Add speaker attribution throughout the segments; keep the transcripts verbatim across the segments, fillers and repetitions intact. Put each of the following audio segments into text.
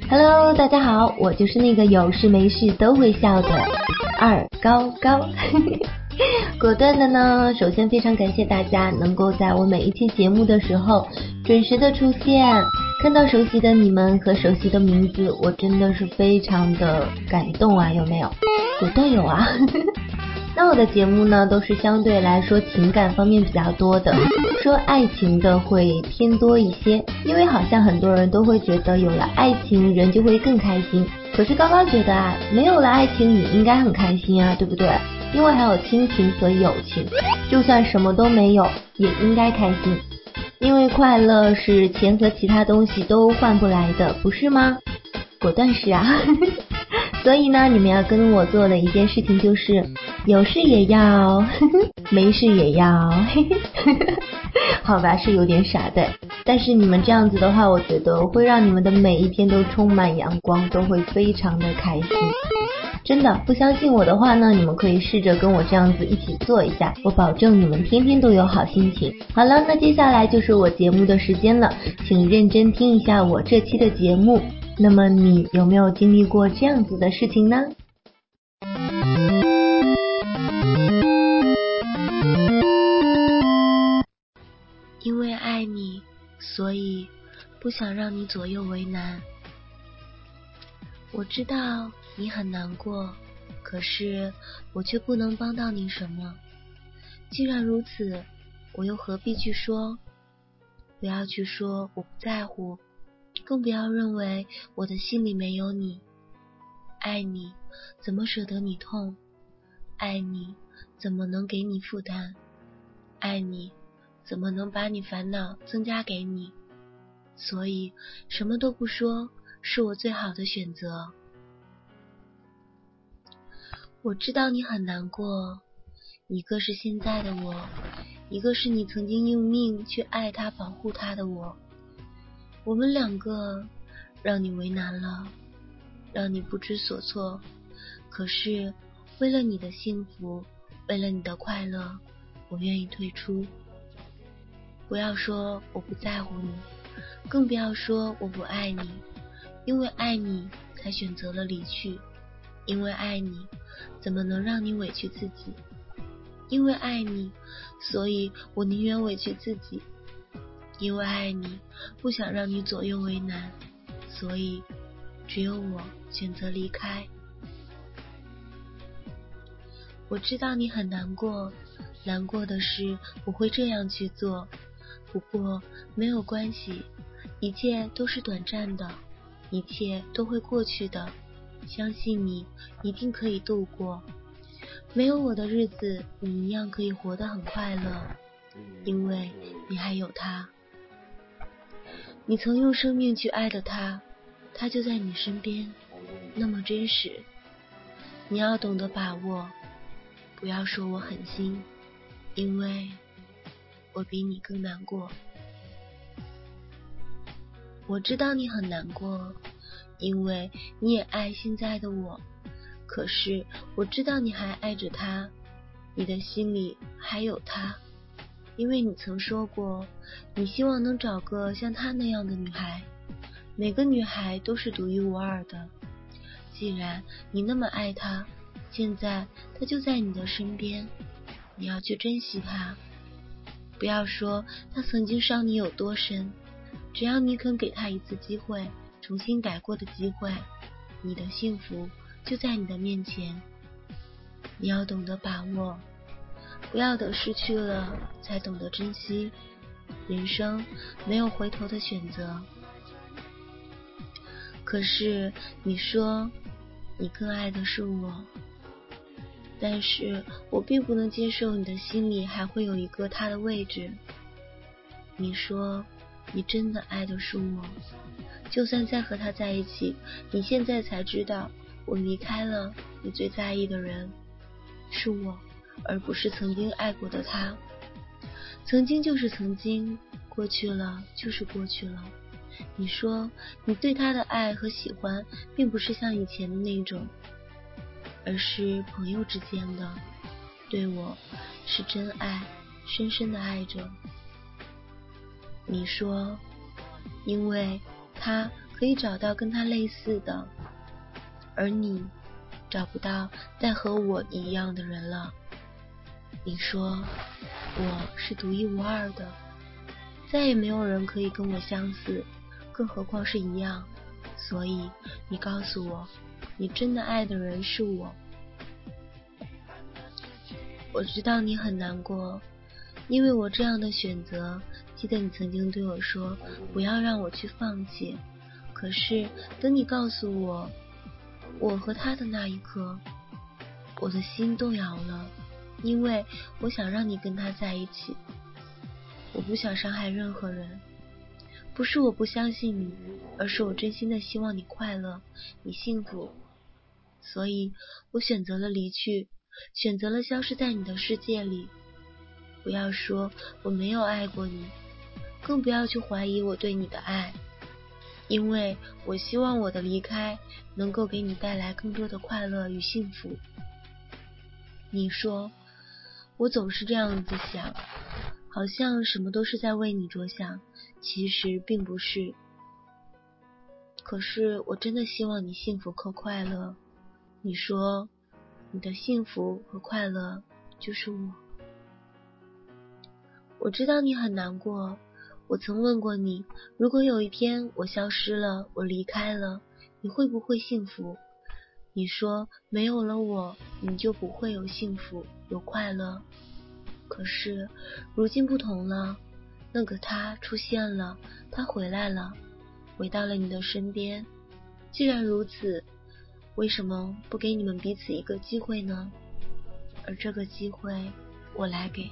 Speaker 1: Hello， 大家好，我就是那个有事没事都会笑的二高高。果断的呢，首先非常感谢大家能够在我每一期节目的时候准时的出现，看到熟悉的你们和熟悉的名字，我真的是非常的感动啊，有没有？果断有啊。那我的节目呢，都是相对来说情感方面比较多的，说爱情的会偏多一些，因为好像很多人都会觉得有了爱情人就会更开心，可是高高觉得啊，没有了爱情也应该很开心啊，对不对？因为还有亲情和友情，就算什么都没有也应该开心，因为快乐是钱和其他东西都换不来的，不是吗？果断是啊。所以呢，你们要跟我做的一件事情就是有事也要没事也要好吧，是有点傻的，但是你们这样子的话，我觉得会让你们的每一天都充满阳光，都会非常的开心。真的，不相信我的话呢，你们可以试着跟我这样子一起做一下，我保证你们天天都有好心情。好了，那接下来就是我节目的时间了，请认真听一下我这期的节目。那么你有没有经历过这样子的事情呢？
Speaker 2: 因为爱你，所以不想让你左右为难。我知道你很难过，可是我却不能帮到你什么。既然如此，我又何必去说？不要去说我不在乎，更不要认为我的心里没有你。爱你，怎么舍得你痛？爱你，怎么能给你负担？爱你，怎么能把你烦恼增加给你？所以什么都不说是我最好的选择。我知道你很难过，一个是现在的我，一个是你曾经用命去爱他保护他的我。我们两个让你为难了，让你不知所措，可是为了你的幸福，为了你的快乐，我愿意退出。不要说我不在乎你，更不要说我不爱你，因为爱你才选择了离去，因为爱你怎么能让你委屈自己？因为爱你，所以我宁愿委屈自己，因为爱你，不想让你左右为难，所以只有我选择离开。我知道你很难过，难过的是我会这样去做，不过没有关系，一切都是短暂的，一切都会过去的，相信你一定可以度过。没有我的日子，你一样可以活得很快乐，因为你还有他。你曾用生命去爱的他，他就在你身边，那么真实。你要懂得把握，不要说我狠心，因为我比你更难过。我知道你很难过，因为你也爱现在的我，可是我知道你还爱着他，你的心里还有他，因为你曾说过，你希望能找个像他那样的女孩，每个女孩都是独一无二的。既然你那么爱他，现在他就在你的身边，你要去珍惜他。不要说他曾经伤你有多深，只要你肯给他一次机会，重新改过的机会，你的幸福就在你的面前。你要懂得把握，不要等失去了才懂得珍惜。人生没有回头的选择。可是你说你更爱的是我，但是我并不能接受你的心里还会有一个他的位置。你说你真的爱的是我，就算再和他在一起，你现在才知道我离开了你最在意的人是我，而不是曾经爱过的他。曾经就是曾经，过去了就是过去了。你说你对他的爱和喜欢并不是像以前的那种，而是朋友之间的，对我是真爱，深深的爱着。你说因为他可以找到跟他类似的，而你找不到再和我一样的人了。你说我是独一无二的，再也没有人可以跟我相似，更何况是一样。所以你告诉我，你真的爱的人是我。我知道你很难过，因为我这样的选择。记得你曾经对我说，不要让我去放弃。可是等你告诉我我和他的那一刻，我的心动摇了，因为我想让你跟他在一起，我不想伤害任何人。不是我不相信你，而是我真心的希望你快乐，你幸福。所以我选择了离去，选择了消失在你的世界里。不要说我没有爱过你，更不要去怀疑我对你的爱，因为我希望我的离开能够给你带来更多的快乐与幸福。你说我总是这样子想，好像什么都是在为你着想，其实并不是。可是我真的希望你幸福和快乐。你说你的幸福和快乐就是我。我知道你很难过，我曾问过你，如果有一天我消失了，我离开了，你会不会幸福？你说没有了我，你就不会有幸福，有快乐。可是如今不同了，那个他出现了，他回来了，回到了你的身边。既然如此，为什么不给你们彼此一个机会呢？而这个机会我来给。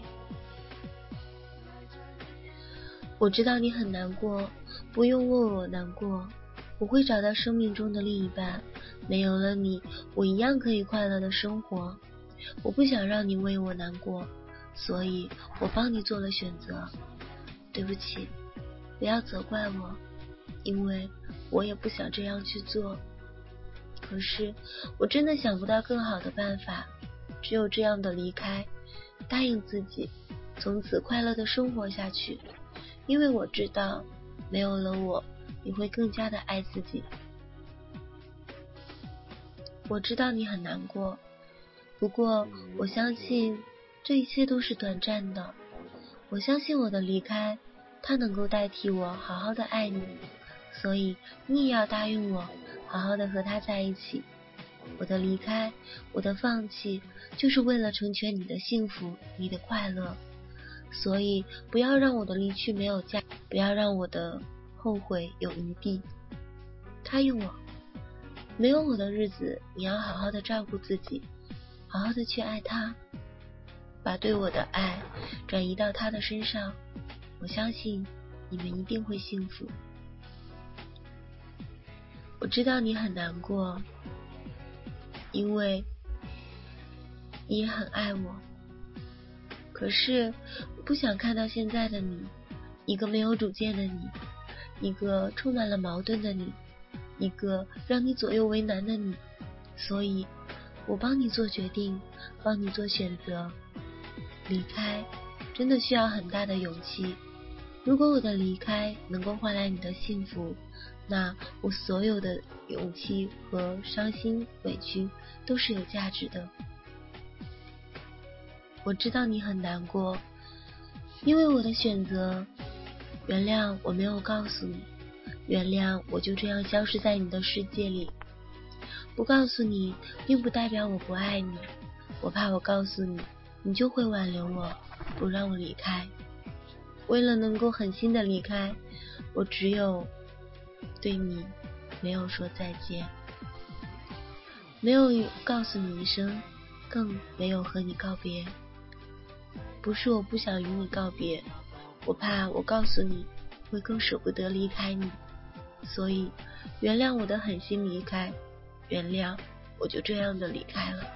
Speaker 2: 我知道你很难过，不用为我难过，我会找到生命中的另一半，没有了你，我一样可以快乐的生活。我不想让你为我难过，所以我帮你做了选择。对不起，不要责怪我，因为我也不想这样去做。可是我真的想不到更好的办法，只有这样的离开，答应自己从此快乐的生活下去。因为我知道没有了我，你会更加的爱自己。我知道你很难过，不过我相信这一切都是短暂的。我相信我的离开，它能够代替我好好的爱你，所以你也要答应我，好好的和他在一起。我的离开，我的放弃，就是为了成全你的幸福，你的快乐。所以不要让我的离去没有价，不要让我的后悔有余地。答应我，没有我的日子，你要好好的照顾自己，好好的去爱他，把对我的爱转移到他的身上。我相信你们一定会幸福。我知道你很难过，因为你也很爱我。可是我不想看到现在的你，一个没有主见的你，一个充满了矛盾的你，一个让你左右为难的你。所以我帮你做决定，帮你做选择。离开真的需要很大的勇气，如果我的离开能够换来你的幸福，那我所有的勇气和伤心委屈都是有价值的。我知道你很难过，因为我的选择。原谅我没有告诉你，原谅我就这样消失在你的世界里。不告诉你并不代表我不爱你，我怕我告诉你，你就会挽留我，不让我离开。为了能够狠心的离开，我只有对你没有说再见，没有告诉你一声，更没有和你告别。不是我不想与你告别，我怕我告诉你会更舍不得离开你，所以原谅我的狠心离开，原谅我就这样的离开了。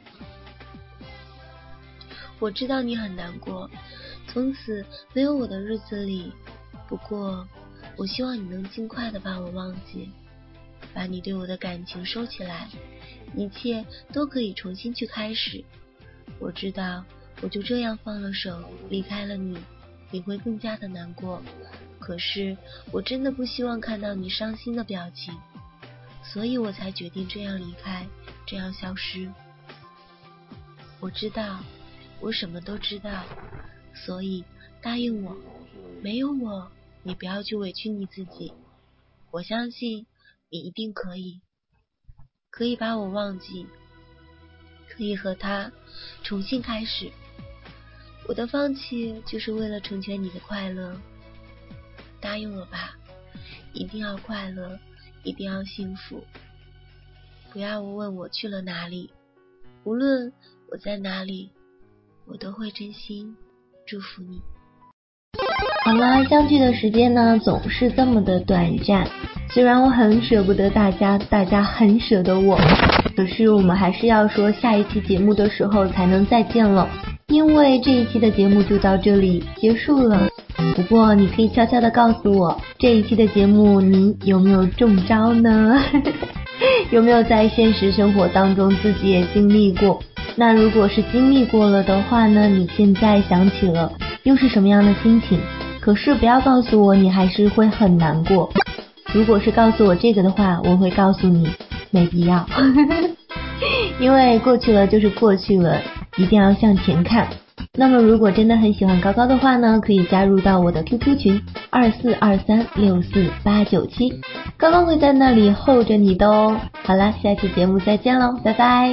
Speaker 2: 我知道你很难过，从此没有我的日子里，不过我希望你能尽快的把我忘记，把你对我的感情收起来，一切都可以重新去开始。我知道我就这样放了手离开了你，你会更加的难过， 可是我真的不希望看到你伤心的表情，所以我才决定这样离开，这样消失。我知道，我什么都知道，所以答应我，没有我，你不要去委屈你自己。我相信你一定可以，可以把我忘记，可以和他重新开始。我的放弃就是为了成全你的快乐。答应我吧，一定要快乐，一定要幸福。不要问我去了哪里，无论我在哪里，我都会真心祝福你。
Speaker 1: 好了，相聚的时间呢总是这么的短暂，虽然我很舍不得大家，大家很舍得我，可是我们还是要说下一期节目的时候才能再见了，因为这一期的节目就到这里结束了。不过你可以悄悄的告诉我，这一期的节目你有没有中招呢？有没有在现实生活当中自己也经历过？那如果是经历过了的话呢，你现在想起了又是什么样的心情？可是不要告诉我你还是会很难过。如果是告诉我这个的话，我会告诉你没必要。因为过去了就是过去了，一定要向前看。那么如果真的很喜欢高高的话呢，可以加入到我的 Q Q 群二四二三六四八九七，高高会在那里候着你的哦。好了，下期节目再见喽，拜拜。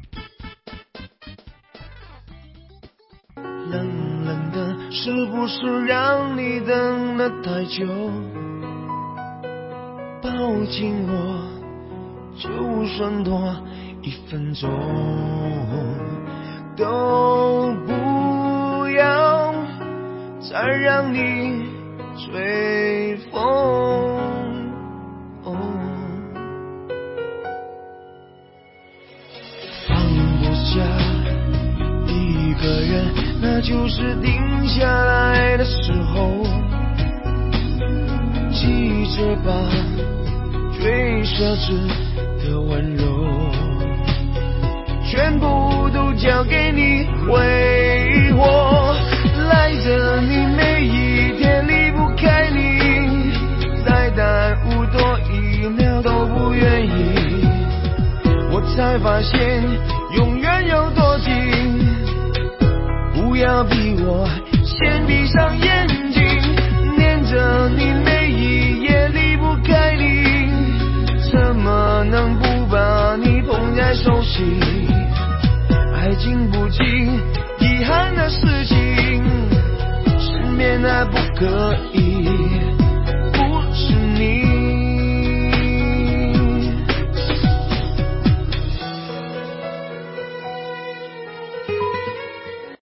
Speaker 3: 冷冷的，是不是让你等了太久？抱紧我，就算多一分钟，都不要再让你吹风。哦，放不下一个人，那就是定下来的时候，记着吧，最奢侈的温柔，全部都交给你挥霍，赖着你每一天离不开你，再耽误多一秒都不愿意，我才发现永远有多近，不要逼我先闭上眼睛，念着你每一夜离不开你，怎么能不把你捧在手心，爱经不起遗憾的事情，失眠还不可以。